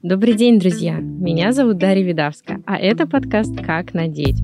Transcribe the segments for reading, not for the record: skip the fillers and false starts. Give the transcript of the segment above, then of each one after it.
Добрый день, друзья! Меня зовут Дарья Видавская, а это подкаст «Как надеть».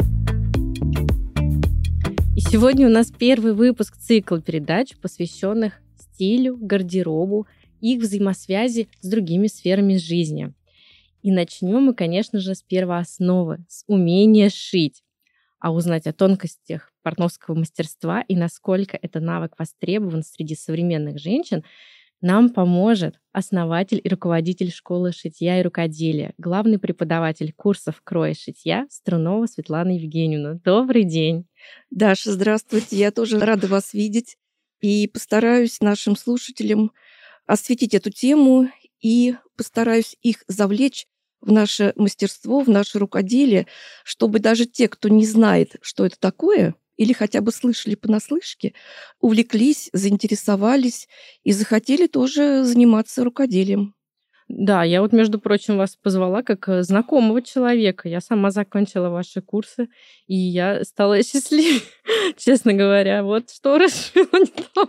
И сегодня у нас первый выпуск цикла передач, посвященных стилю, гардеробу, их взаимосвязи с другими сферами жизни. И начнем мы, конечно же, с первоосновы, с умения шить. А узнать о тонкостях портновского мастерства и насколько этот навык востребован среди современных женщин, нам поможет основатель и руководитель школы шитья и рукоделия, главный преподаватель курсов кроя и шитья Струнова Светлана Евгеньевна. Добрый день! Даша, здравствуйте. Я тоже рада вас видеть и постараюсь нашим слушателям осветить эту тему и постараюсь их завлечь в наше мастерство, в наше рукоделие, чтобы даже те, кто не знает, что это такое, или хотя бы слышали понаслышке, увлеклись, заинтересовались и захотели тоже заниматься рукоделием. Да, я вот, между прочим, вас позвала как знакомого человека. Я сама закончила ваши курсы, и я стала счастливее, честно говоря. Вот что решила не то.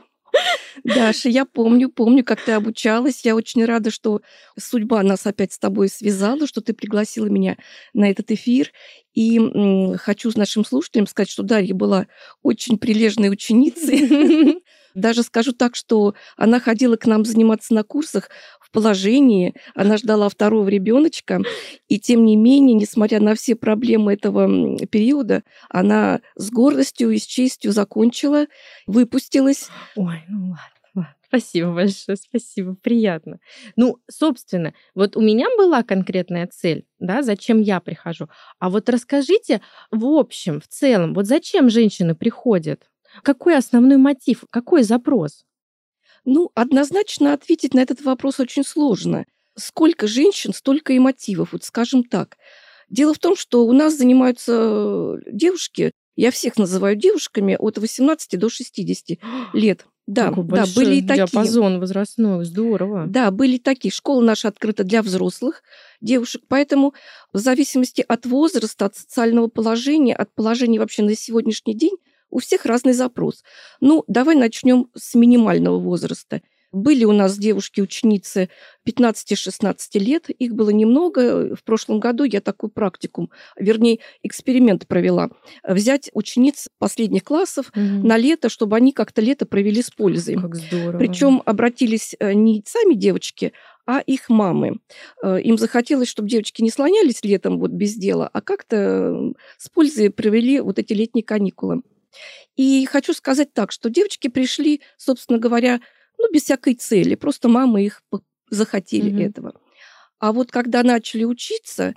Даша, я помню, как ты обучалась. Я очень рада, что судьба нас опять с тобой связала, что ты пригласила меня на этот эфир. И хочу нашим слушателям сказать, что Дарья была очень прилежной ученицей. Даже скажу так, что она ходила к нам заниматься на курсах в положении, она ждала второго ребеночка, и тем не менее, несмотря на все проблемы этого периода, она с гордостью и с честью закончила, выпустилась. Ой, ну ладно. Спасибо большое, спасибо, приятно. Ну, собственно, вот у меня была конкретная цель, да, зачем я прихожу. А вот расскажите в общем, в целом, вот зачем женщины приходят? Какой основной мотив, какой запрос? Ну, однозначно ответить на этот вопрос очень сложно. Сколько женщин, столько и мотивов, вот скажем так. Дело в том, что у нас занимаются девушки, я всех называю девушками, от 18 до 60 лет. Да, Какой да, большой были и такие. диапазон возрастной, здорово. Да, были такие. Школа наша открыта для взрослых девушек, поэтому в зависимости от возраста, от социального положения, от положения вообще на сегодняшний день, у всех разный запрос. Ну, давай начнем с минимального возраста. Были у нас девушки-ученицы 15-16 лет, их было немного. В прошлом году я такой практикум, вернее, эксперимент провела. Взять учениц последних классов на лето, чтобы они как-то лето провели с пользой. Как здорово. Причем обратились не сами девочки, а их мамы. Им захотелось, чтобы девочки не слонялись летом вот без дела, а как-то с пользой провели вот эти летние каникулы. И хочу сказать так, что девочки пришли, собственно говоря, ну, без всякой цели, просто мамы их захотели этого. А вот когда начали учиться,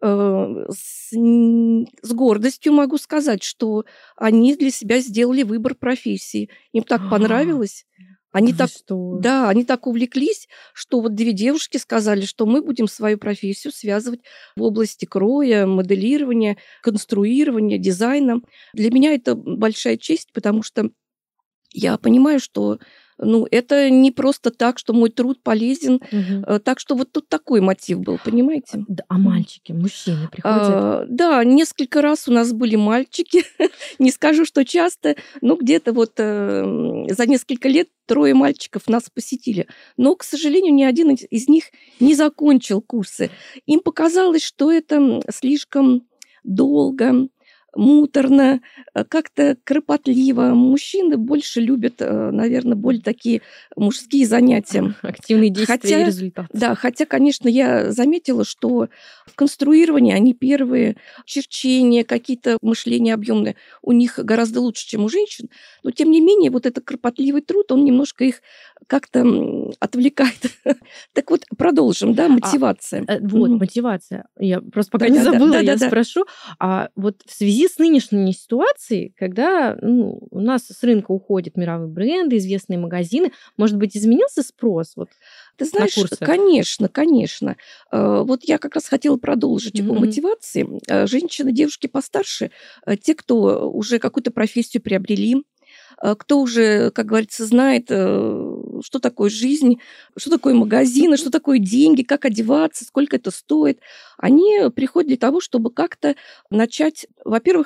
с гордостью могу сказать, что они для себя сделали выбор профессии. Им так понравилось. Они так увлеклись, что вот две девушки сказали, что мы будем свою профессию связывать в области кроя, моделирования, конструирования, дизайна. Для меня это большая честь, потому что я понимаю, что это не просто так, что мой труд полезен. Так что вот тут такой мотив был, понимаете? А мальчики, мужчины приходят? Да, несколько раз у нас были мальчики. Не скажу, что часто, но где-то вот за несколько лет 3 мальчиков нас посетили. Но, к сожалению, ни один из них не закончил курсы. Им показалось, что это слишком долго, муторно, как-то кропотливо. Мужчины больше любят, наверное, более такие мужские занятия. Активные действия и результаты. Да, хотя, конечно, я заметила, что в конструировании они первые, черчения, какие-то мышления объемные у них гораздо лучше, чем у женщин. Но, тем не менее, вот этот кропотливый труд, он немножко их как-то отвлекает. Так вот, продолжим, да, мотивация. Мотивация. Я просто пока не забыла, я спрошу. А вот в связи с нынешней ситуацией, когда у нас с рынка уходят мировые бренды, известные магазины, может быть, изменился спрос Ты знаешь, конечно. Вот я как раз хотела продолжить о мотивации. Женщины, девушки постарше, те, кто уже какую-то профессию приобрели, кто уже, как говорится, знает, что такое жизнь, что такое магазины, что такое деньги, как одеваться, сколько это стоит, они приходят для того, чтобы как-то начать, во-первых,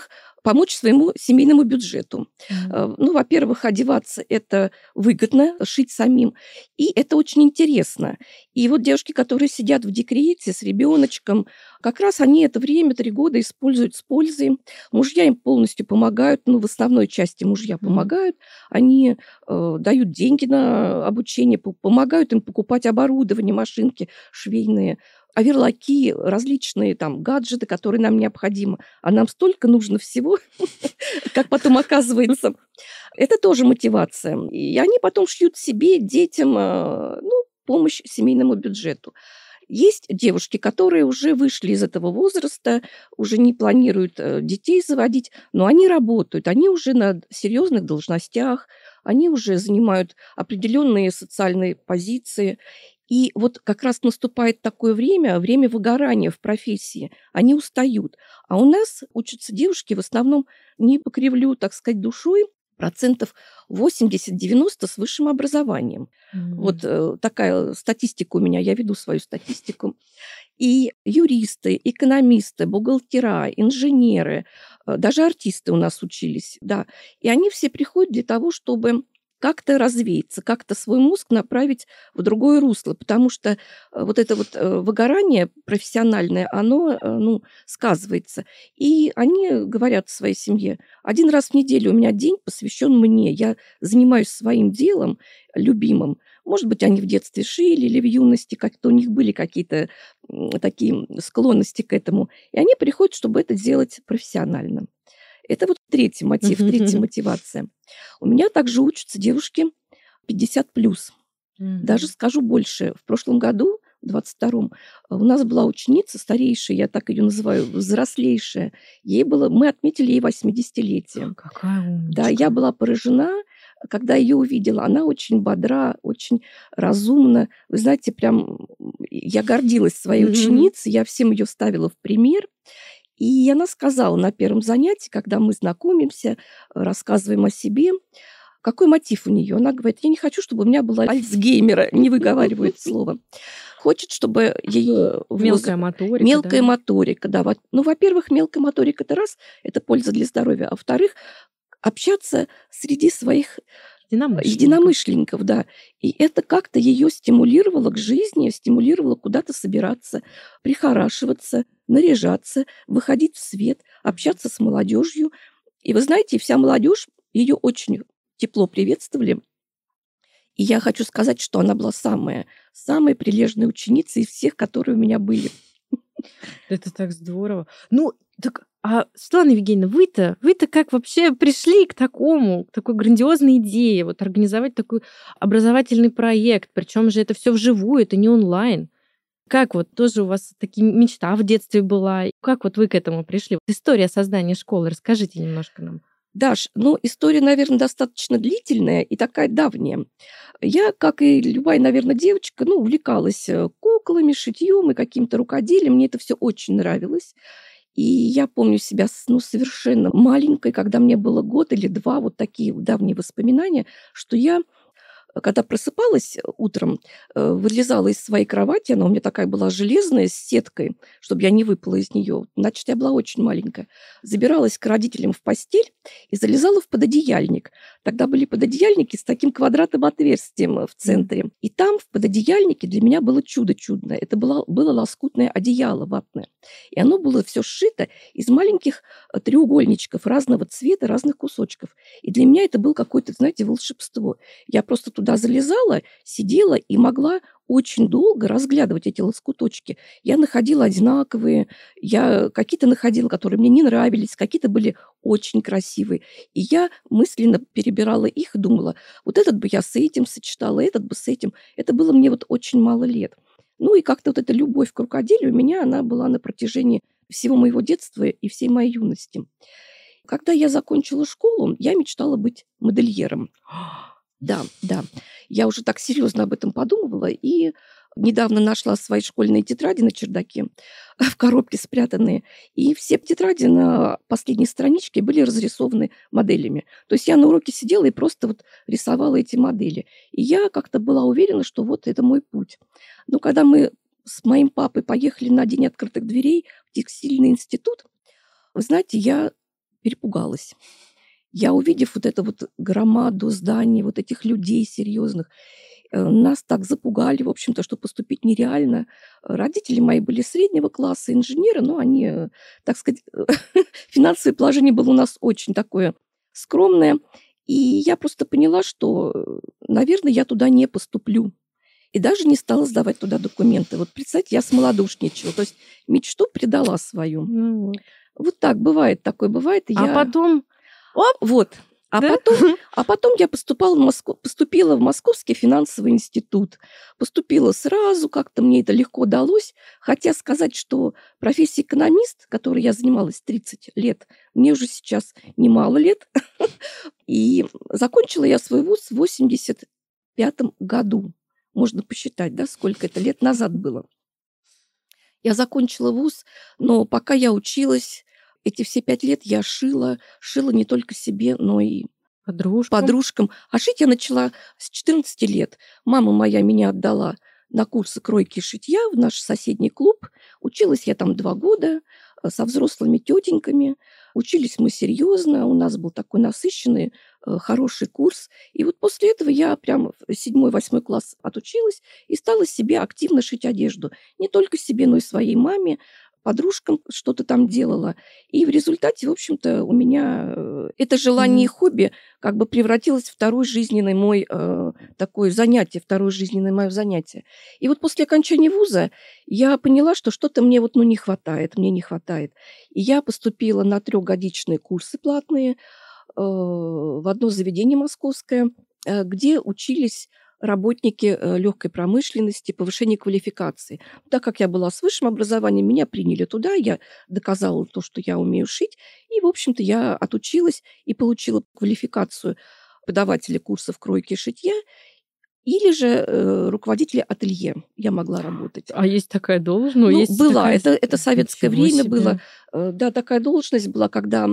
помочь своему семейному бюджету. Мгм. Ну, во-первых, одеваться это выгодно, шить самим, и это очень интересно. И вот девушки, которые сидят в декрете с ребеночком, как раз они это время, 3 года, используют с пользой. Мужья им полностью помогают, ну, в основной части мужья Мгм. помогают. Они дают деньги на обучение, помогают им покупать оборудование, машинки швейные, оверлоки, различные там гаджеты, которые нам необходимы. А нам столько нужно всего, как потом оказывается. Это тоже мотивация. И они потом шьют себе, детям, ну, помощь семейному бюджету. Есть девушки, которые уже вышли из этого возраста, уже не планируют детей заводить, но они работают, они уже на серьезных должностях, они уже занимают определенные социальные позиции. И вот как раз наступает такое время, время выгорания в профессии. Они устают. А у нас учатся девушки в основном, не покривлю, так сказать, душой, процентов 80-90 с высшим образованием. Вот Мгм. такая статистика у меня, я веду свою статистику. И юристы, экономисты, бухгалтера, инженеры, даже артисты у нас учились, да. И они все приходят для того, чтобы как-то развеяться, как-то свой мозг направить в другое русло, потому что вот это вот выгорание профессиональное, оно, ну, сказывается. И они говорят своей семье: один раз в неделю у меня день посвящен мне, я занимаюсь своим делом любимым. Может быть, они в детстве шили или в юности как-то у них были какие-то такие склонности к этому. И они приходят, чтобы это сделать профессионально. Это вот третий мотив, третья мотивация. У меня также учатся девушки 50 плюс. Даже Мгм. скажу больше. В прошлом году, в 22-м, у нас была ученица старейшая, я так ее называю, взрослейшая. Ей было, мы отметили ей 80-летие. Какая Да, я умничка. была поражена, когда ее увидела. Она очень бодра, очень разумна. Вы знаете, прям я гордилась своей Мгм. ученицей, я всем ее ставила в пример. И она сказала на первом занятии, когда мы знакомимся, рассказываем о себе, какой мотив у нее. Она говорит: я не хочу, чтобы у меня было Альцгеймера, не выговариваю это слово. Хочет, чтобы ее Мелкая моторика, да? мелкая моторика, да. Ну, во-первых, мелкая моторика – это раз, это польза для здоровья, а во-вторых, общаться среди своих Единомышленников. единомышленников, да. И это как-то ее стимулировало к жизни, стимулировало куда-то собираться, прихорашиваться, наряжаться, выходить в свет, Мгм. общаться с молодежью. И вы знаете, вся молодежь ее очень тепло приветствовали. И я хочу сказать, что она была самая прилежная ученица из всех, которые у меня были. Это так здорово. Ну, так, Светлана Евгеньевна, вы-то как вообще пришли к такой грандиозной идее, вот организовать такой образовательный проект, причем же это все вживую, это не онлайн. Как вот тоже у вас такие мечта в детстве была? Как вот вы к этому пришли? История создания школы, расскажите немножко нам. Даш, ну, история, наверное, достаточно длительная и такая давняя. Я, как и любая, наверное, девочка, ну, увлекалась куклами, шитьем и каким-то рукоделием. Мне это все очень нравилось. И я помню себя ну, совершенно маленькой, когда мне было год или два, вот такие давние воспоминания, что я когда просыпалась утром, вылезала из своей кровати, она у меня такая была железная, с сеткой, чтобы я не выпала из нее. Значит, я была очень маленькая. Забиралась к родителям в постель и залезала в пододеяльник. Тогда были пододеяльники с таким квадратным отверстием в Мгм. центре. И там, в пододеяльнике, для меня было чудо чудное. Это было лоскутное одеяло ватное. И оно было все сшито из маленьких треугольничков разного цвета, разных кусочков. И для меня это было какое-то, знаете, волшебство. Я просто туда залезала, сидела и могла очень долго разглядывать эти лоскуточки. Я находила одинаковые, я какие-то находила, которые мне не нравились, какие-то были очень красивые. И я мысленно перебирала их и думала, вот этот бы я с этим сочетала, этот бы с этим. Это было мне вот очень мало лет. Ну и как-то вот эта любовь к рукоделию у меня, она была на протяжении всего моего детства и всей моей юности. Когда я закончила школу, я мечтала быть модельером. Да, да. Я уже так серьезно об этом подумывала и недавно нашла свои школьные тетради на чердаке, в коробке спрятанные. И все тетради на последней страничке были разрисованы моделями. То есть я на уроке сидела и просто вот рисовала эти модели. И я как-то была уверена, что вот это мой путь. Но когда мы с моим папой поехали на День открытых дверей в текстильный институт, вы знаете, я перепугалась. Я, увидев вот эту вот громаду зданий, вот этих людей серьезных, нас так запугали, в общем-то, что поступить нереально. Родители мои были среднего класса, инженеры, но они, так сказать, финансовое положение было у нас очень такое скромное. И я просто поняла, что, наверное, я туда не поступлю. И даже не стала сдавать туда документы. Вот представьте, я смолодушничала, то есть мечту предала свою. Ну вот. Вот так бывает, такое бывает. И А я... потом, Вот. А да? потом я поступила в Московский финансовый институт. Поступила сразу, как-то мне это легко далось. Хотя сказать, что профессия экономист, которой я занималась 30 лет, мне уже сейчас немало лет. И закончила я свой вуз в 85 году. Можно посчитать, да, сколько это лет назад было. Я закончила вуз, но пока я училась, эти все 5 лет я шила не только себе, но и подружкам. А шить я начала с 14 лет. Мама моя меня отдала на курсы кройки и шитья в наш соседний клуб. Училась я там 2 года со взрослыми тетеньками. Учились мы серьезно, у нас был такой насыщенный, хороший курс. И вот после этого я прямо в 7-8 класс отучилась и стала себе активно шить одежду. Не только себе, но и своей маме, подружкам что-то там делала. И в результате, в общем-то, у меня это желание и хобби как бы превратилось в второе жизненное мое занятие. И вот после окончания вуза я поняла, что что-то мне вот, не хватает, мне не хватает. И я поступила на 3-годичные курсы платные в одно заведение московское, где учились работники легкой промышленности, повышения квалификации. Так как я была с высшим образованием, меня приняли туда, я доказала то, что я умею шить, и, в общем-то, я отучилась и получила квалификацию преподавателя курсов кройки и шитья или же руководителя ателье я могла работать. А есть такая должность? Есть была. Такая... Это советское время было. Да, такая должность была, когда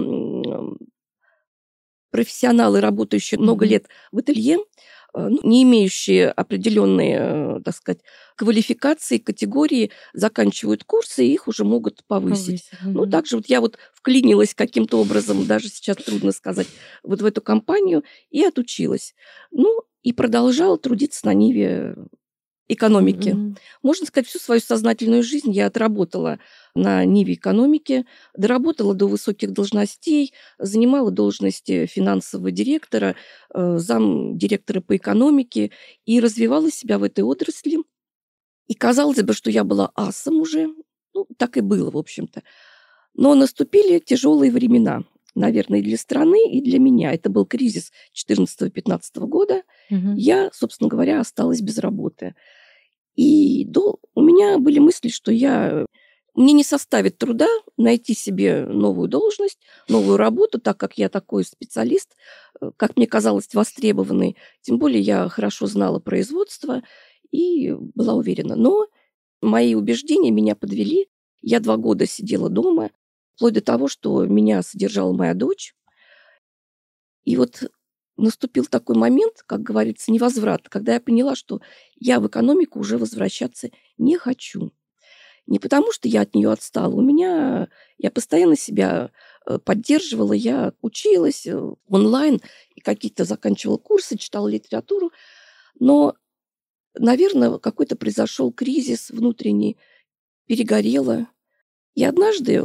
профессионалы, работающие много лет в ателье, не имеющие определенные, так сказать, квалификации, категории, заканчивают курсы, и их уже могут повысить. Также вот я вот вклинилась каким-то образом, даже сейчас трудно сказать, вот в эту компанию и отучилась. И продолжала трудиться на ниве экономики. Можно сказать, всю свою сознательную жизнь я отработала на ниве экономики, доработала до высоких должностей, занимала должности финансового директора, замдиректора по экономике и развивала себя в этой отрасли. И казалось бы, что я была асом уже, так и было, в общем-то. Но наступили тяжелые времена, наверное, и для страны, и для меня. Это был кризис 2014-2015 года. Я, собственно говоря, осталась без работы. И у меня были мысли, что мне не составит труда найти себе новую должность, новую работу, так как я такой специалист, как мне казалось, востребованный. Тем более я хорошо знала производство и была уверена. Но мои убеждения меня подвели. Я 2 года сидела дома, вплоть до того, что меня содержала моя дочь. И вот наступил такой момент, как говорится, невозврат, когда я поняла, что я в экономику уже возвращаться не хочу. Не потому, что я от нее отстала. Я постоянно себя поддерживала, я училась онлайн, и какие-то заканчивала курсы, читала литературу. Но, наверное, какой-то произошел кризис внутренний, перегорела. И однажды,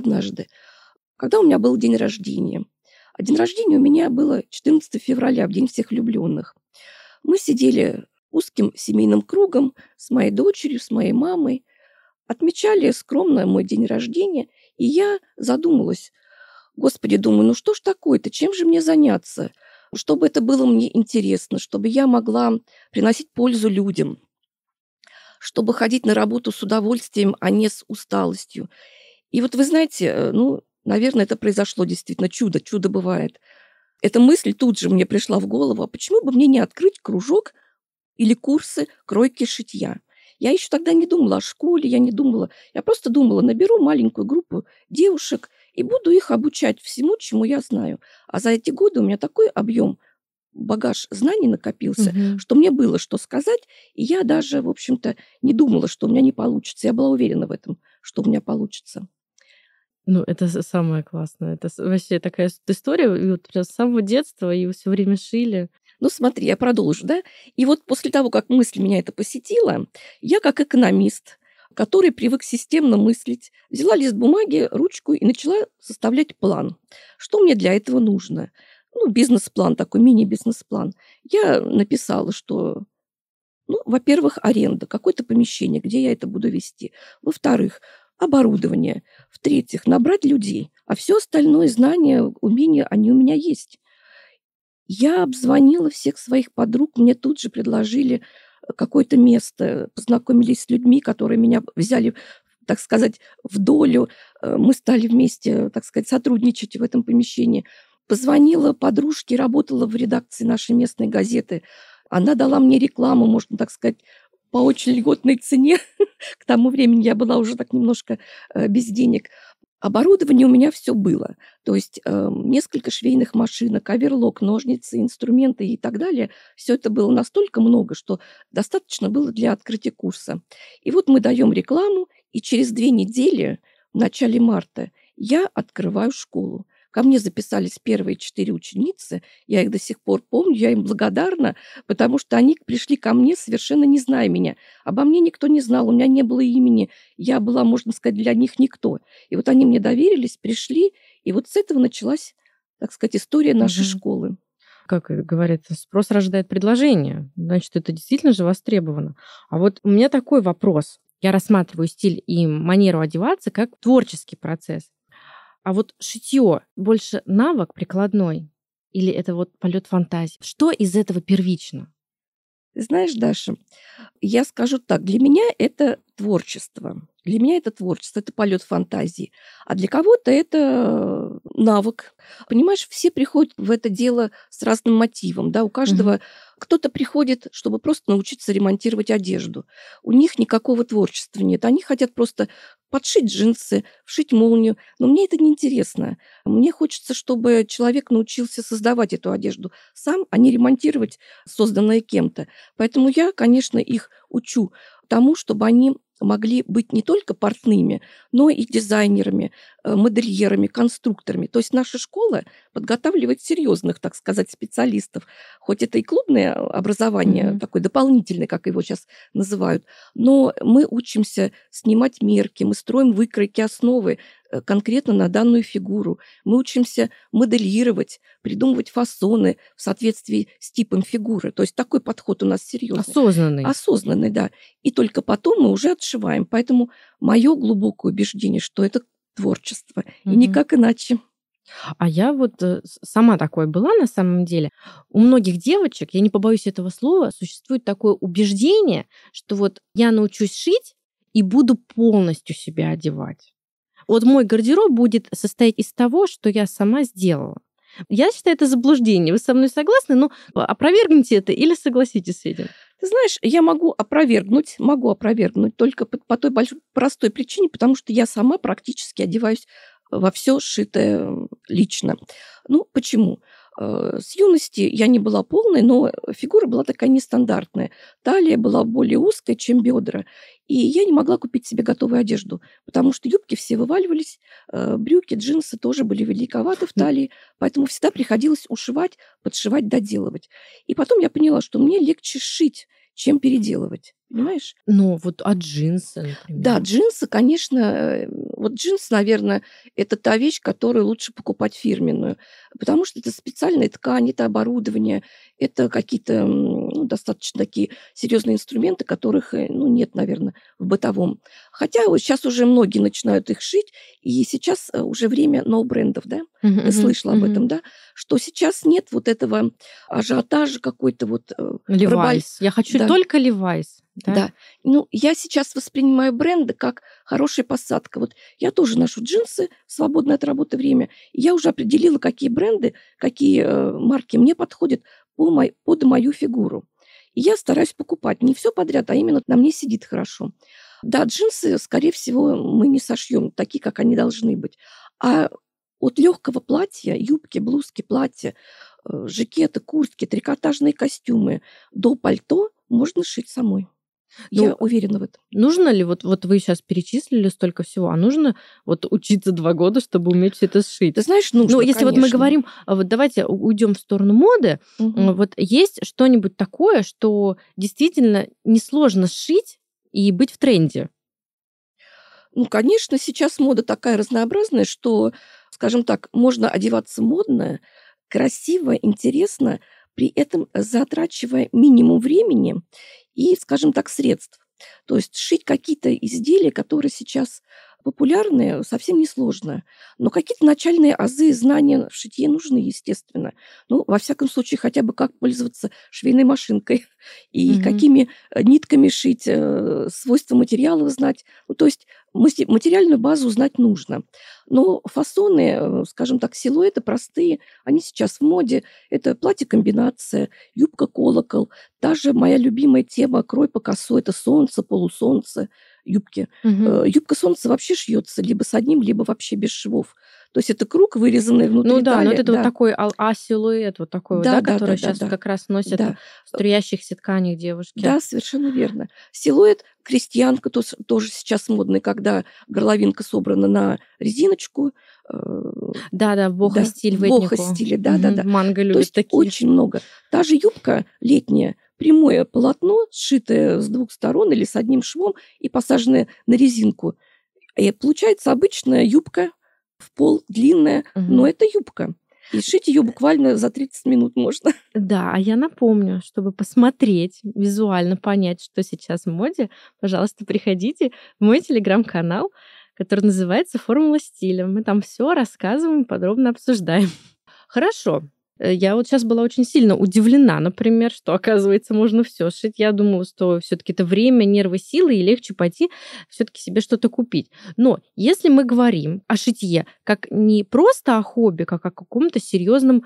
когда у меня был день рождения, а день рождения у меня было 14 февраля, в День всех влюбленных. Мы сидели узким семейным кругом с моей дочерью, с моей мамой, отмечали скромно мой день рождения, и я задумалась. Господи, думаю, что ж такое-то, чем же мне заняться, чтобы это было мне интересно, чтобы я могла приносить пользу людям, чтобы ходить на работу с удовольствием, а не с усталостью. И вот вы знаете, наверное, это произошло действительно чудо. Чудо бывает. Эта мысль тут же мне пришла в голову. А почему бы мне не открыть кружок или курсы кройки и шитья? Я еще тогда не думала о школе, я просто думала, наберу маленькую группу девушек и буду их обучать всему, чему я знаю. А за эти годы у меня такой объем, багаж знаний накопился, что мне было что сказать, и я даже, в общем-то, не думала, что у меня не получится. Я была уверена в этом, что у меня получится. Ну, это самое классное. Это вообще такая история, и вот прям с самого детства, и все время шили. Ну, смотри, я продолжу, да. И вот после того, как мысль меня это посетила, я как экономист, который привык системно мыслить, взяла лист бумаги, ручку и начала составлять план. Что мне для этого нужно? Ну, бизнес-план такой, мини-бизнес-план. Я написала, что, ну, во-первых, аренда, какое-то помещение, где я это буду вести. Во-вторых, оборудование. В-третьих, набрать людей. А все остальное, знания, умения, они у меня есть. Я обзвонила всех своих подруг, мне тут же предложили какое-то место, познакомились с людьми, которые меня взяли, так сказать, в долю. Мы стали вместе, так сказать, сотрудничать в этом помещении. Позвонила подружке, работала в редакции нашей местной газеты. Она дала мне рекламу, можно так сказать, по очень льготной цене. К тому времени я была уже так немножко без денег. Оборудование у меня все было. То есть, несколько швейных машинок, оверлок, ножницы, инструменты и так далее. Все это было настолько много, что достаточно было для открытия курса. И вот мы даем рекламу, и через 2 недели, в начале марта, я открываю школу. Ко мне записались первые 4 ученицы. Я их до сих пор помню, я им благодарна, потому что они пришли ко мне, совершенно не зная меня. Обо мне никто не знал, у меня не было имени. Я была, можно сказать, для них никто. И вот они мне доверились, пришли, и вот с этого началась, так сказать, история нашей Мгм. школы. Как говорят, спрос рождает предложение. Значит, это действительно же востребовано. А вот у меня такой вопрос. Я рассматриваю стиль и манеру одеваться как творческий процесс. А вот шитье больше навык прикладной или это вот полет фантазии? Что из этого первично? Ты знаешь, Даша, я скажу так, для меня это творчество. Для меня это творчество, это полет фантазии. А для кого-то это навык. Понимаешь, все приходят в это дело с разным мотивом. Да? У Мгм. каждого кто-то приходит, чтобы просто научиться ремонтировать одежду. У них никакого творчества нет. Они хотят просто подшить джинсы, вшить молнию. Но мне это неинтересно. Мне хочется, чтобы человек научился создавать эту одежду сам, а не ремонтировать созданное кем-то. Поэтому я, конечно, их учу тому, чтобы они могли быть не только портными, но и дизайнерами, модельерами, конструкторами. То есть наша школа подготавливает серьезных, так сказать, специалистов. Хоть это и клубное образование, Мгм. такое дополнительное, как его сейчас называют, но мы учимся снимать мерки, мы строим выкройки основы конкретно на данную фигуру. Мы учимся моделировать, придумывать фасоны в соответствии с типом фигуры. То есть такой подход у нас серьезный. Осознанный. Осознанный, да. И только потом мы уже отшиваем. Поэтому мое глубокое убеждение, что это творчество. И Мгм. никак иначе. А я вот сама такой была на самом деле. У многих девочек, я не побоюсь этого слова, существует такое убеждение, что вот я научусь шить и буду полностью себя одевать. Вот мой гардероб будет состоять из того, что я сама сделала. Я считаю, это заблуждение. Вы со мной согласны? Ну, опровергните это или согласитесь с этим? Ты знаешь, я могу опровергнуть только по той простой причине, потому что я сама практически одеваюсь во все сшитое лично. Ну, почему? С юности я не была полной, но фигура была такая нестандартная. Талия была более узкая, чем бедра. И я не могла купить себе готовую одежду, потому что юбки все вываливались, брюки, джинсы тоже были великоваты в талии, поэтому всегда приходилось ушивать, подшивать, доделывать. И потом я поняла, что мне легче сшить, чем переделывать. Понимаешь? Ну, вот джинсы, Да, например. джинсы, конечно, вот джинсы, наверное, это та вещь, которую лучше покупать фирменную, потому что это специальная ткань, это оборудование, это какие-то ну, достаточно такие серьезные инструменты, которых ну, нет, наверное, в бытовом. Хотя вот сейчас уже многие начинают их шить, и сейчас уже время ноу-брендов, да? Мгм, Ты мгм, слышала об мгм. этом, да? Что сейчас нет вот этого ажиотажа какой-то вот Levi's. Я хочу да. только Levi's, да? Да. Ну, я сейчас воспринимаю бренды как хорошая посадка. Вот я тоже ношу джинсы в свободное от работы время. И я уже определила, какие бренды, какие марки мне подходят под мою фигуру. И я стараюсь покупать не все подряд, а именно на мне сидит хорошо. Да, джинсы, скорее всего, мы не сошьем такие, как они должны быть. А от легкого платья, юбки, блузки, платья, жакеты, куртки, трикотажные костюмы до пальто можно шить самой. Я Ну, уверена в этом. нужно ли, вот вы сейчас перечислили столько всего, а нужно вот учиться 2 года, чтобы уметь все это Ты сшить? знаешь, Ну, нужно, если вот мы конечно. говорим, вот давайте уйдем в сторону моды, Мгм. вот есть что-нибудь такое, что действительно несложно сшить и быть в тренде? Ну, конечно, сейчас мода такая разнообразная, что, скажем так, можно одеваться модно, красиво, интересно, при этом затрачивая минимум времени и, скажем так, средств. То есть шить какие-то изделия, которые сейчас популярны, совсем несложно. Но какие-то начальные азы, знания в шитье нужны, естественно. Ну, во всяком случае, хотя бы как пользоваться швейной машинкой и Мгм. какими нитками шить, свойства материалов знать. Ну, то есть материальную базу знать нужно. Но фасоны, скажем так, силуэты простые, они сейчас в моде. Это платье-комбинация, юбка-колокол. Даже моя любимая тема крой по косой — это солнце, полусолнце, юбки. Мгм. Юбка-солнце вообще шьется либо с одним, либо вообще без швов. То есть это круг, вырезанный Ну внутри да, но вот талии. это вот Да, такой силуэт вот такой вот, да, да, да, да, который да, сейчас да, как раз носят да. в струящихся тканях девушки. Да, совершенно верно. Силуэт крестьянка тоже сейчас модный, когда горловинка собрана на резиночку. э, Да-да, Да, бохо-стиль в в этнику. бохо-стиле, Мгм. да-да-да. Манго То любит есть такие. очень много. Та же юбка летняя, прямое полотно, сшитое с двух сторон или с одним швом и посаженное на резинку. И получается обычная юбка в пол, длинная, но Мгм. это юбка. И сшить ее буквально за 30 минут можно. Да, а я напомню, чтобы посмотреть, визуально понять, что сейчас в моде, пожалуйста, приходите в мой телеграм-канал, который называется "Формула стиля". Мы там все рассказываем, подробно обсуждаем. Хорошо. Я вот сейчас была очень сильно удивлена, например, что, оказывается, можно все шить. Я думала, что все таки это время, нервы, силы, и легче пойти все таки себе что-то купить. Но если мы говорим о шитье как не просто о хобби, как о каком-то серьезном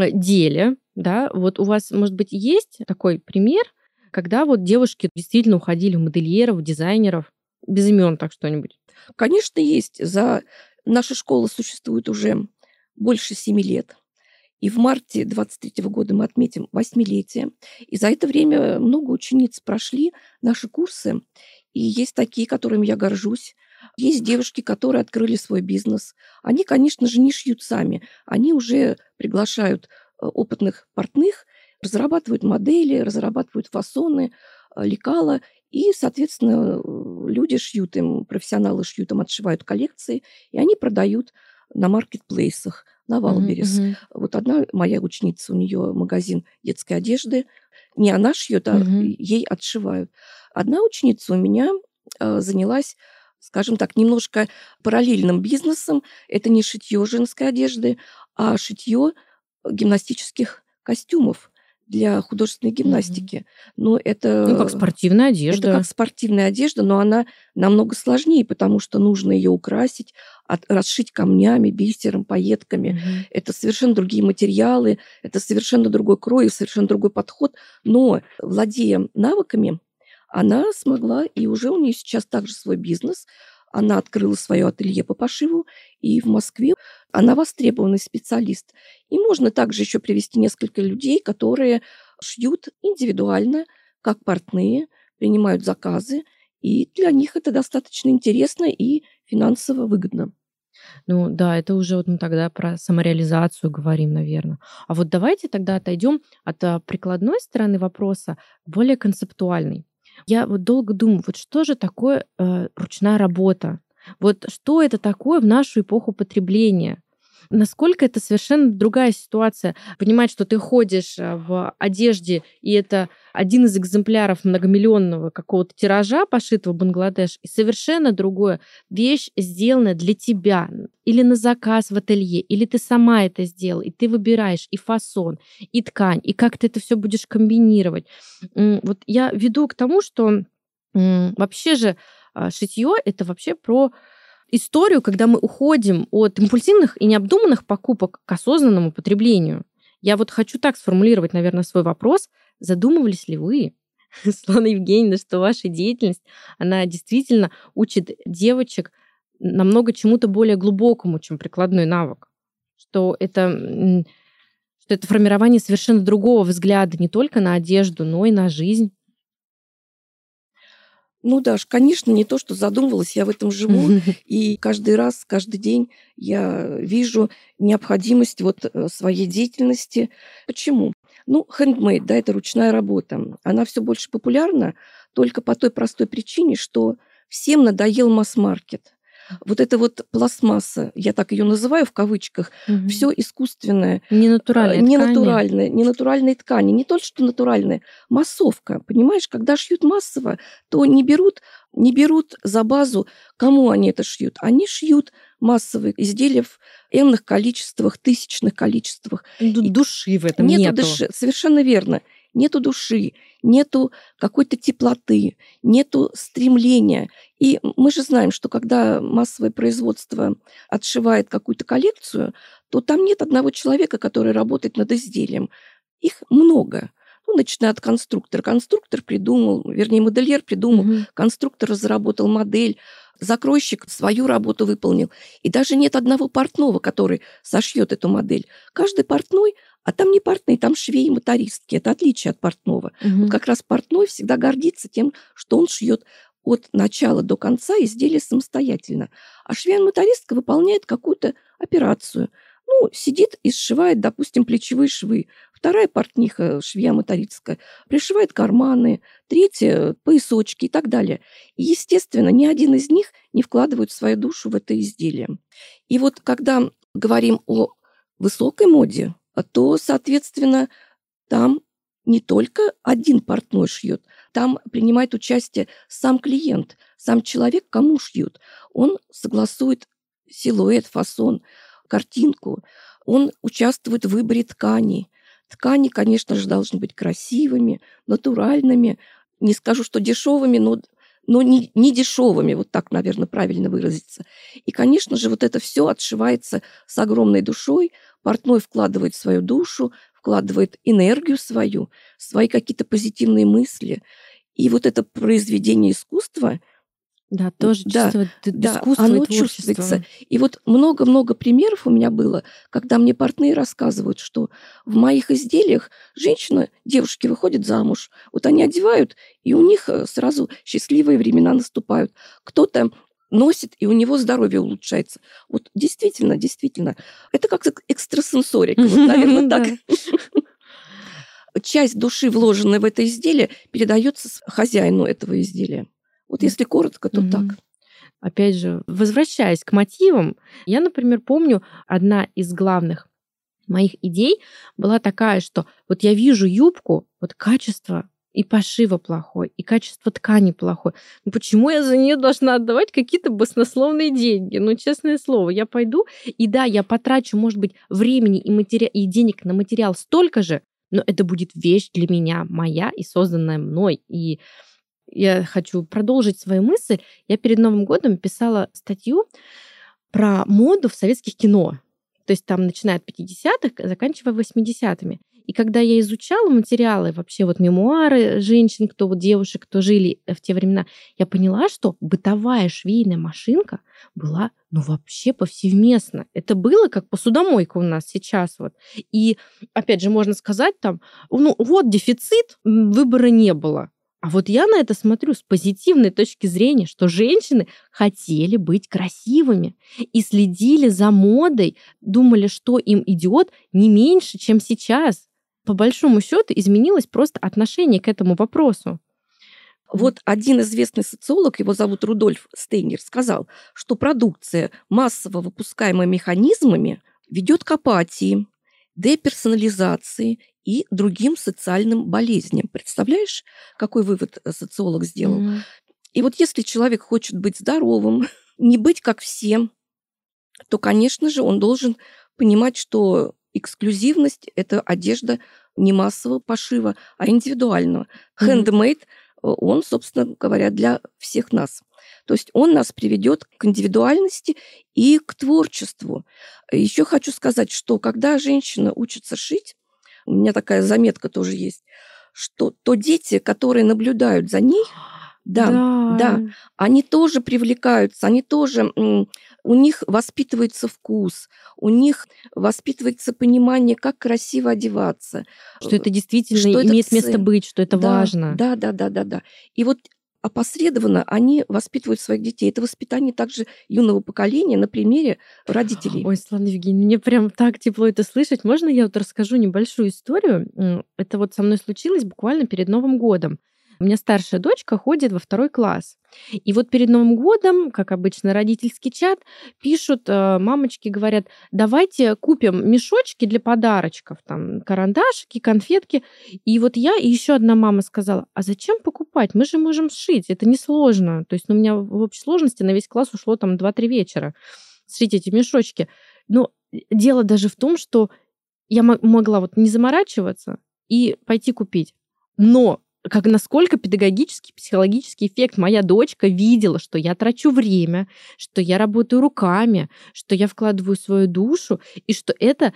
деле, да, вот у вас, может быть, есть такой пример, когда вот девушки действительно уходили в модельеров, в дизайнеров? Без имен так что-нибудь. Конечно, есть. Наша школа существует уже больше 7 лет. И в марте 23 года мы отметим 8-летие. И за это время много учениц прошли наши курсы. И есть такие, которыми я горжусь. Есть девушки, которые открыли свой бизнес. Они, конечно же, не шьют сами. Они уже приглашают опытных портных, разрабатывают модели, разрабатывают фасоны, лекала. И, соответственно, люди шьют им, профессионалы шьют им, отшивают коллекции, и они продают на маркетплейсах, на Мгм, Валберес. мгм, Вот одна моя ученица, у нее магазин детской одежды. Не она шьет, а мгм. ей отшивают. Одна ученица у меня занялась, скажем так, немножко параллельным бизнесом. Это не шитье женской одежды, а шитье гимнастических костюмов для художественной Мгм. гимнастики. Но Ну, как спортивная это как одежда. спортивная одежда, но она намного сложнее, потому что нужно ее украсить, расшить камнями, бисером, пайетками. Мгм. Это совершенно другие материалы, это совершенно другой крой, совершенно другой подход. Но, владея навыками, она смогла, и уже у нее сейчас также свой бизнес. Она открыла свое ателье по пошиву, и в Москве она востребованный специалист. И можно также еще привести несколько людей, которые шьют индивидуально, как портные, принимают заказы, и для них это достаточно интересно и финансово выгодно. Ну да, это уже вот мы тогда про самореализацию говорим, наверное. А вот давайте тогда отойдем от прикладной стороны вопроса к более концептуальной. Я вот долго думаю, вот что же такое ручная работа? Вот что это такое в нашу эпоху потребления? Насколько это совершенно другая ситуация. Понимать, что ты ходишь в одежде, и это один из экземпляров многомиллионного какого-то тиража, пошитого в Бангладеш, и совершенно другое вещь, сделанная для тебя или на заказ в ателье, или ты сама это сделала, и ты выбираешь и фасон, и ткань, и как ты это все будешь комбинировать. Вот я веду к тому, что вообще же шитье это вообще про историю, когда мы уходим от импульсивных и необдуманных покупок к осознанному потреблению. Я вот хочу так сформулировать, наверное, свой вопрос. Задумывались ли вы, Светлана Евгеньевна, что ваша деятельность, она действительно учит девочек намного чему-то более глубокому, чем прикладной навык? Что это, что это формирование совершенно другого взгляда не только на одежду, но и на жизнь. Ну, Даш, конечно, не то, что задумывалась, я в этом живу, и каждый раз, каждый день я вижу необходимость своей деятельности. Почему? Ну, handmade, да, это ручная работа. Она все больше популярна только по той простой причине, что всем надоел масс-маркет. Вот эта вот пластмасса, я так ее называю в кавычках, все искусственное, ненатуральные ткани. Не только что натуральные, массовка. Понимаешь, когда шьют массово, то не берут за базу, кому они это шьют. Они шьют массовые изделия в энных количествах, тысячных количествах. Души в этом нету. Души, совершенно верно. Нету души, нету какой-то теплоты, нету стремления. И мы же знаем, что когда массовое производство отшивает какую-то коллекцию, то там нет одного человека, который работает над изделием. Их много. Ну, начиная от конструктора. Конструктор придумал, вернее, модельер придумал, конструктор разработал модель, закройщик свою работу выполнил. И даже нет одного портного, который сошьет эту модель. Каждый портной, а там не портные, там швеи и мотористки. Это отличие от портного. Вот как раз портной всегда гордится тем, что он шьет от начала до конца изделие самостоятельно. А швея-мотористка выполняет какую-то операцию. Ну, сидит и сшивает, допустим, плечевые швы. Вторая портниха, швея-мотористка, пришивает карманы, третья – поясочки и так далее. И, естественно, ни один из них не вкладывает свою душу в это изделие. И вот когда говорим о высокой моде, то, соответственно, там не только один портной шьет, там принимает участие сам клиент, сам человек, кому шьют. Он согласует силуэт, фасон, картинку, он участвует в выборе тканей. Ткани, конечно же, должны быть красивыми, натуральными. Не скажу, что дешевыми, но не дешевыми, вот так, наверное, правильно выразиться. И, конечно же, вот это все отшивается с огромной душой. Портной вкладывает свою душу, вкладывает энергию свою, свои какие-то позитивные мысли. И вот это произведение искусства, да, тоже чувствует искусство оно и творчество. Чувствуется. И вот много-много примеров у меня было, когда мне портные рассказывают, что в моих изделиях девушки выходят замуж, вот они одевают, и у них сразу счастливые времена наступают. Кто-то носит, и у него здоровье улучшается. Вот действительно, это как экстрасенсорика, вот, наверное, так. Часть души, вложенная в это изделие, передается хозяину этого изделия. Вот если коротко, то так. Опять же, возвращаясь к мотивам, я, например, помню, одна из главных моих идей была такая, что вот я вижу юбку, вот качество и пошива плохой, и качество ткани плохое. Ну почему я за нее должна отдавать какие-то баснословные деньги? Ну, честное слово, я пойду, и да, я потрачу, может быть, времени и денег на материал столько же, но это будет вещь для меня, моя и созданная мной. И я хочу продолжить свою мысль. Я перед Новым годом писала статью про моду в советских кино. То есть там начиная от 50-х, заканчивая 80-ми. И когда я изучала материалы, вообще вот мемуары женщин, девушек, кто жили в те времена, я поняла, что бытовая швейная машинка была, вообще повсеместно. Это было как посудомойка у нас сейчас. Вот. И, опять же, можно сказать, вот дефицит, выбора не было. А вот я на это смотрю с позитивной точки зрения, что женщины хотели быть красивыми и следили за модой, думали, что им идет не меньше, чем сейчас. По большому счету изменилось просто отношение к этому вопросу. Вот один известный социолог, его зовут Рудольф Стейнер, сказал, что продукция, массово выпускаемая механизмами, ведет к апатии, деперсонализации и другим социальным болезням. Представляешь, какой вывод социолог сделал? И вот если человек хочет быть здоровым, не быть как все, то, конечно же, он должен понимать, что эксклюзивность – это одежда не массового пошива, а индивидуального. Handmade, он, собственно говоря, для всех нас. То есть он нас приведет к индивидуальности и к творчеству. Еще хочу сказать, что когда женщина учится шить, у меня такая заметка тоже есть, что то дети, которые наблюдают за ней, да, они тоже привлекаются, они тоже, у них воспитывается вкус, у них воспитывается понимание, как красиво одеваться. Что это действительно имеет место быть, что это важно. Да. И вот опосредованно они воспитывают своих детей. Это воспитание также юного поколения на примере родителей. Ой, Светлана Евгеньевна, мне прям так тепло это слышать. Можно я вот расскажу небольшую историю? Это вот со мной случилось буквально перед Новым годом. У меня старшая дочка ходит во 2 класс. И вот перед Новым годом, как обычно, родительский чат, пишут, мамочки говорят, давайте купим мешочки для подарочков, там, карандашики, конфетки. И вот я и еще одна мама сказала, а зачем покупать? Мы же можем сшить, это несложно. То есть у меня в общей сложности на весь класс ушло там 2-3 вечера сшить эти мешочки. Но дело даже в том, что я могла вот не заморачиваться и пойти купить. Но насколько педагогический, психологический эффект. Моя дочка видела, что я трачу время, что я работаю руками, что я вкладываю свою душу, и что это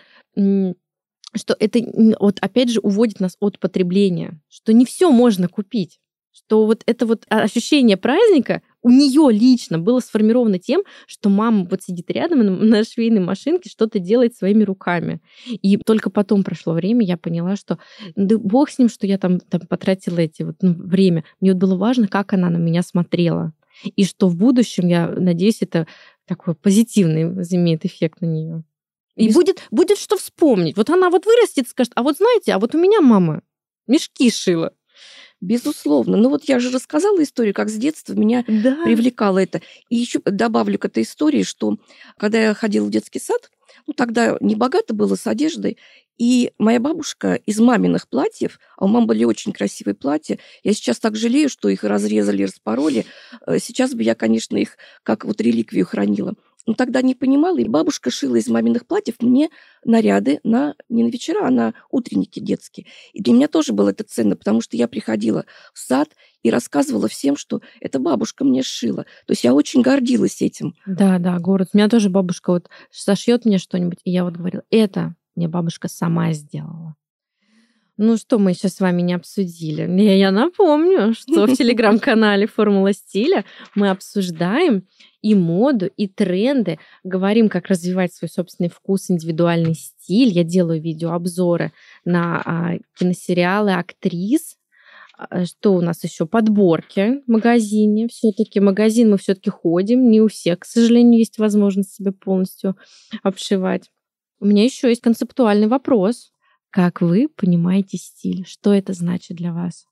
вот опять же уводит нас от потребления, что не все можно купить, что вот это вот ощущение праздника у нее лично было сформировано тем, что мама вот сидит рядом на швейной машинке, что-то делает своими руками. И только потом прошло время, я поняла, что да бог с ним, что я там потратила время. Мне вот было важно, как она на меня смотрела. И что в будущем, я надеюсь, это такой позитивный возымеет эффект на нее. И будет что вспомнить. Вот она вот вырастет, скажет, а вот знаете, а вот у меня мама мешки шила. Безусловно. Ну вот я же рассказала историю, как с детства меня привлекало это. И еще добавлю к этой истории, что когда я ходила в детский сад, тогда не богато было с одеждой, и моя бабушка из маминых платьев, а у мамы были очень красивые платья, я сейчас так жалею, что их разрезали, распороли, сейчас бы я, конечно, их как вот реликвию хранила. Но тогда не понимала, и бабушка шила из маминых платьев мне наряды не на вечера, а на утренники детские. И для меня тоже было это ценно, потому что я приходила в сад и рассказывала всем, что это бабушка мне сшила. То есть я очень гордилась этим. Да, город. У меня тоже бабушка вот сошьет мне что-нибудь, и я вот говорила, это мне бабушка сама сделала. Ну, что мы сейчас с вами не обсудили? Я напомню, что в телеграм-канале «Формула стиля» мы обсуждаем и моду, и тренды, говорим, как развивать свой собственный вкус, индивидуальный стиль. Я делаю видеообзоры на киносериалы актрис. Что у нас еще? Подборки в магазине. Все-таки магазин мы все-таки ходим. Не у всех, к сожалению, есть возможность себя полностью обшивать. У меня еще есть концептуальный вопрос. Как вы понимаете стиль? Что это значит для вас?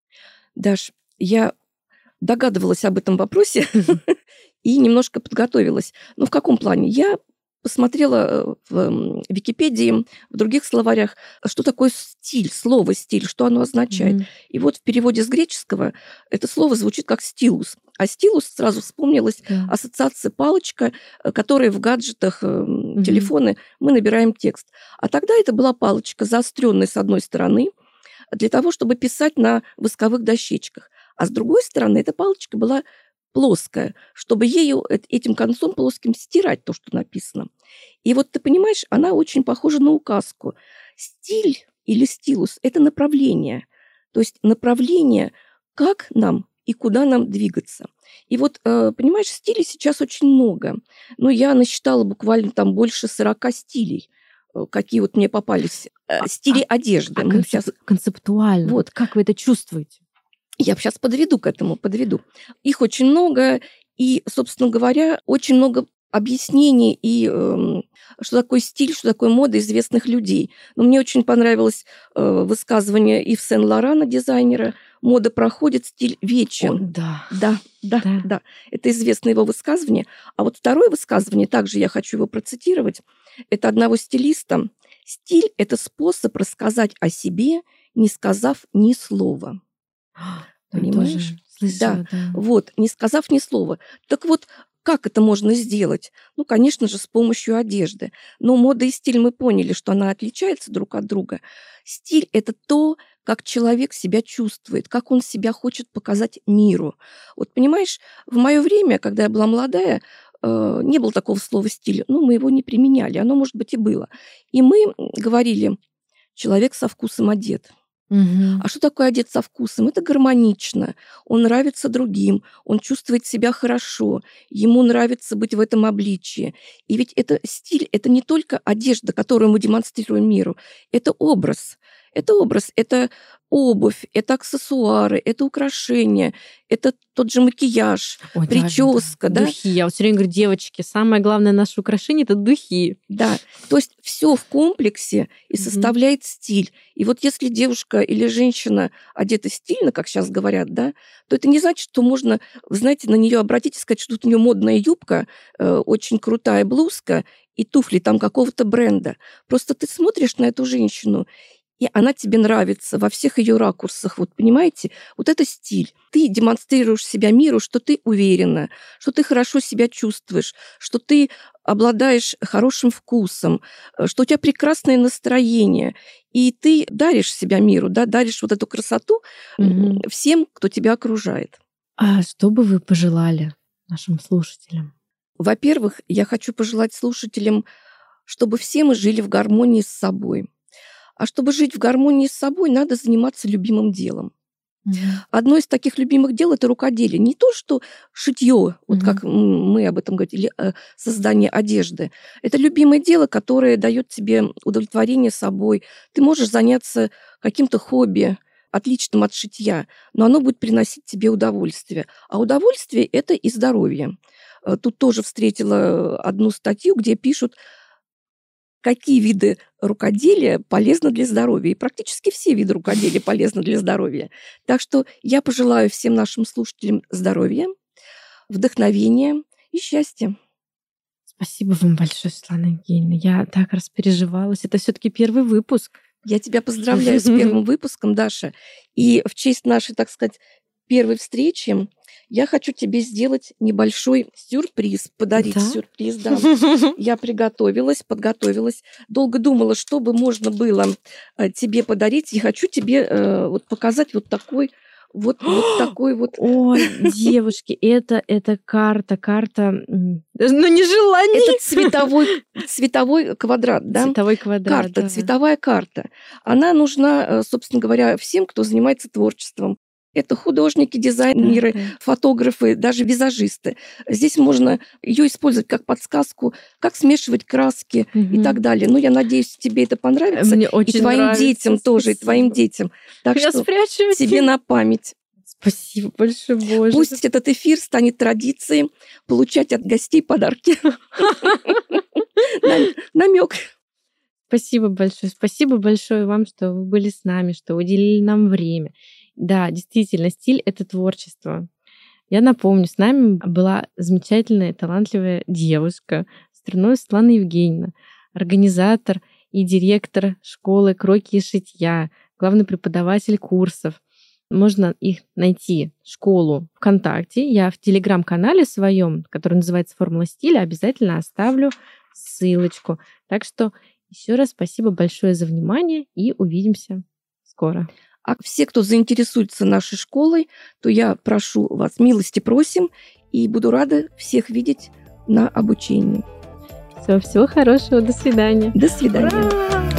Даш, я догадывалась об этом вопросе и немножко подготовилась. Но в каком плане? Я посмотрела в Википедии, в других словарях, что такое стиль, слово стиль, что оно означает. И вот в переводе с греческого это слово звучит как стилус. А стилус сразу вспомнилась ассоциация палочка, которой в гаджетах телефоны мы набираем текст. А тогда это была палочка, заостренная с одной стороны, для того, чтобы писать на восковых дощечках. А с другой стороны, эта палочка была плоская, чтобы ею, этим концом плоским стирать то, что написано. И вот ты понимаешь, она очень похожа на указку. Стиль или стилус – это направление. То есть направление, как нам и куда нам двигаться. И вот, понимаешь, стилей сейчас очень много. Но я насчитала буквально там больше 40 стилей, какие вот мне попались. Стили одежды. Концептуально. Вот как вы это чувствуете? Я сейчас подведу к этому. Их очень много, и, собственно говоря, очень много объяснений, и что такое стиль, что такое мода известных людей. Но мне очень понравилось высказывание Ив Сен-Лорана, дизайнера. Мода проходит, стиль вечен. Да. Это известное его высказывание. А вот второе высказывание, также я хочу его процитировать, это одного стилиста. Стиль – это способ рассказать о себе, не сказав ни слова. Понимаешь? Слышала, да. Вот, не сказав ни слова. Так вот, как это можно сделать? Ну, конечно же, с помощью одежды. Но мода и стиль, мы поняли, что она отличается друг от друга. Стиль – это то, как человек себя чувствует, как он себя хочет показать миру. Вот, понимаешь, в мое время, когда я была молодая, не было такого слова «стиль». Ну, мы его не применяли, оно, может быть, и было. И мы говорили «человек со вкусом одет». А что такое одет со вкусом? Это гармонично, он нравится другим, он чувствует себя хорошо, ему нравится быть в этом обличии. И ведь это стиль, это не только одежда, которую мы демонстрируем миру, это образ, Это образ, это обувь, это аксессуары, это украшения, это тот же макияж, Ой, прическа, да. Духи. Я вот все время говорю, девочки, самое главное наше украшение — это духи. Да, то есть все в комплексе и составляет стиль. И вот если девушка или женщина одета стильно, как сейчас говорят, да, то это не значит, что можно, вы знаете, на нее обратить и сказать, что тут у нее модная юбка, очень крутая блузка и туфли там какого-то бренда. Просто ты смотришь на эту женщину, и она тебе нравится во всех ее ракурсах. Вот понимаете, вот это стиль. Ты демонстрируешь себя миру, что ты уверена, что ты хорошо себя чувствуешь, что ты обладаешь хорошим вкусом, что у тебя прекрасное настроение, и ты даришь себя миру, да, даришь вот эту красоту всем, кто тебя окружает. А что бы вы пожелали нашим слушателям? Во-первых, я хочу пожелать слушателям, чтобы все мы жили в гармонии с собой. А чтобы жить в гармонии с собой, надо заниматься любимым делом. Одно из таких любимых дел — это рукоделие. Не то, что шитье, вот как мы об этом говорим, или создание одежды. Это любимое дело, которое дает тебе удовлетворение собой. Ты можешь заняться каким-то хобби, отличным от шитья, но оно будет приносить тебе удовольствие. А удовольствие — это и здоровье. Тут тоже встретила одну статью, где пишут, какие виды рукоделия полезны для здоровья. И практически все виды рукоделия полезны для здоровья. Так что я пожелаю всем нашим слушателям здоровья, вдохновения и счастья. Спасибо вам большое, Светлана Евгеньевна. Я так распереживалась. Это все-таки первый выпуск. Я тебя поздравляю с первым выпуском, Даша. И в честь нашей, так сказать, первой встречи я хочу тебе сделать небольшой сюрприз, подарить сюрприз, да. Я подготовилась, долго думала, что бы можно было тебе подарить, и хочу тебе вот показать вот такой вот. Ой, девушки, это карта, ну не желание. Это цветовой квадрат, да? Цветовой квадрат, карта, да. Цветовая карта. Она нужна, собственно говоря, всем, кто занимается творчеством. Это художники, дизайнеры, фотографы, даже визажисты. Здесь можно ее использовать как подсказку, как смешивать краски и так далее. Ну, я надеюсь, тебе это понравится. Мне очень и твоим нравится. детям тоже, Спасибо. и твоим детям. Так Я что спрячу тебе на память. Спасибо большое, Боже. Пусть этот эфир станет традицией получать от гостей подарки. Намек. Спасибо большое вам, что вы были с нами, что уделили нам время. Да, действительно, стиль — это творчество. Я напомню, с нами была замечательная, талантливая девушка, Струнова Светлана Евгеньевна, организатор и директор школы «Кроки и шитья», главный преподаватель курсов. Можно их найти, школу, ВКонтакте. Я в телеграм-канале своем, который называется «Формула стиля», обязательно оставлю ссылочку. Так что еще раз спасибо большое за внимание и увидимся скоро. А все, кто заинтересуется нашей школой, то я прошу вас, милости просим, и буду рада всех видеть на обучении. Всего хорошего, до свидания. До свидания. Ура!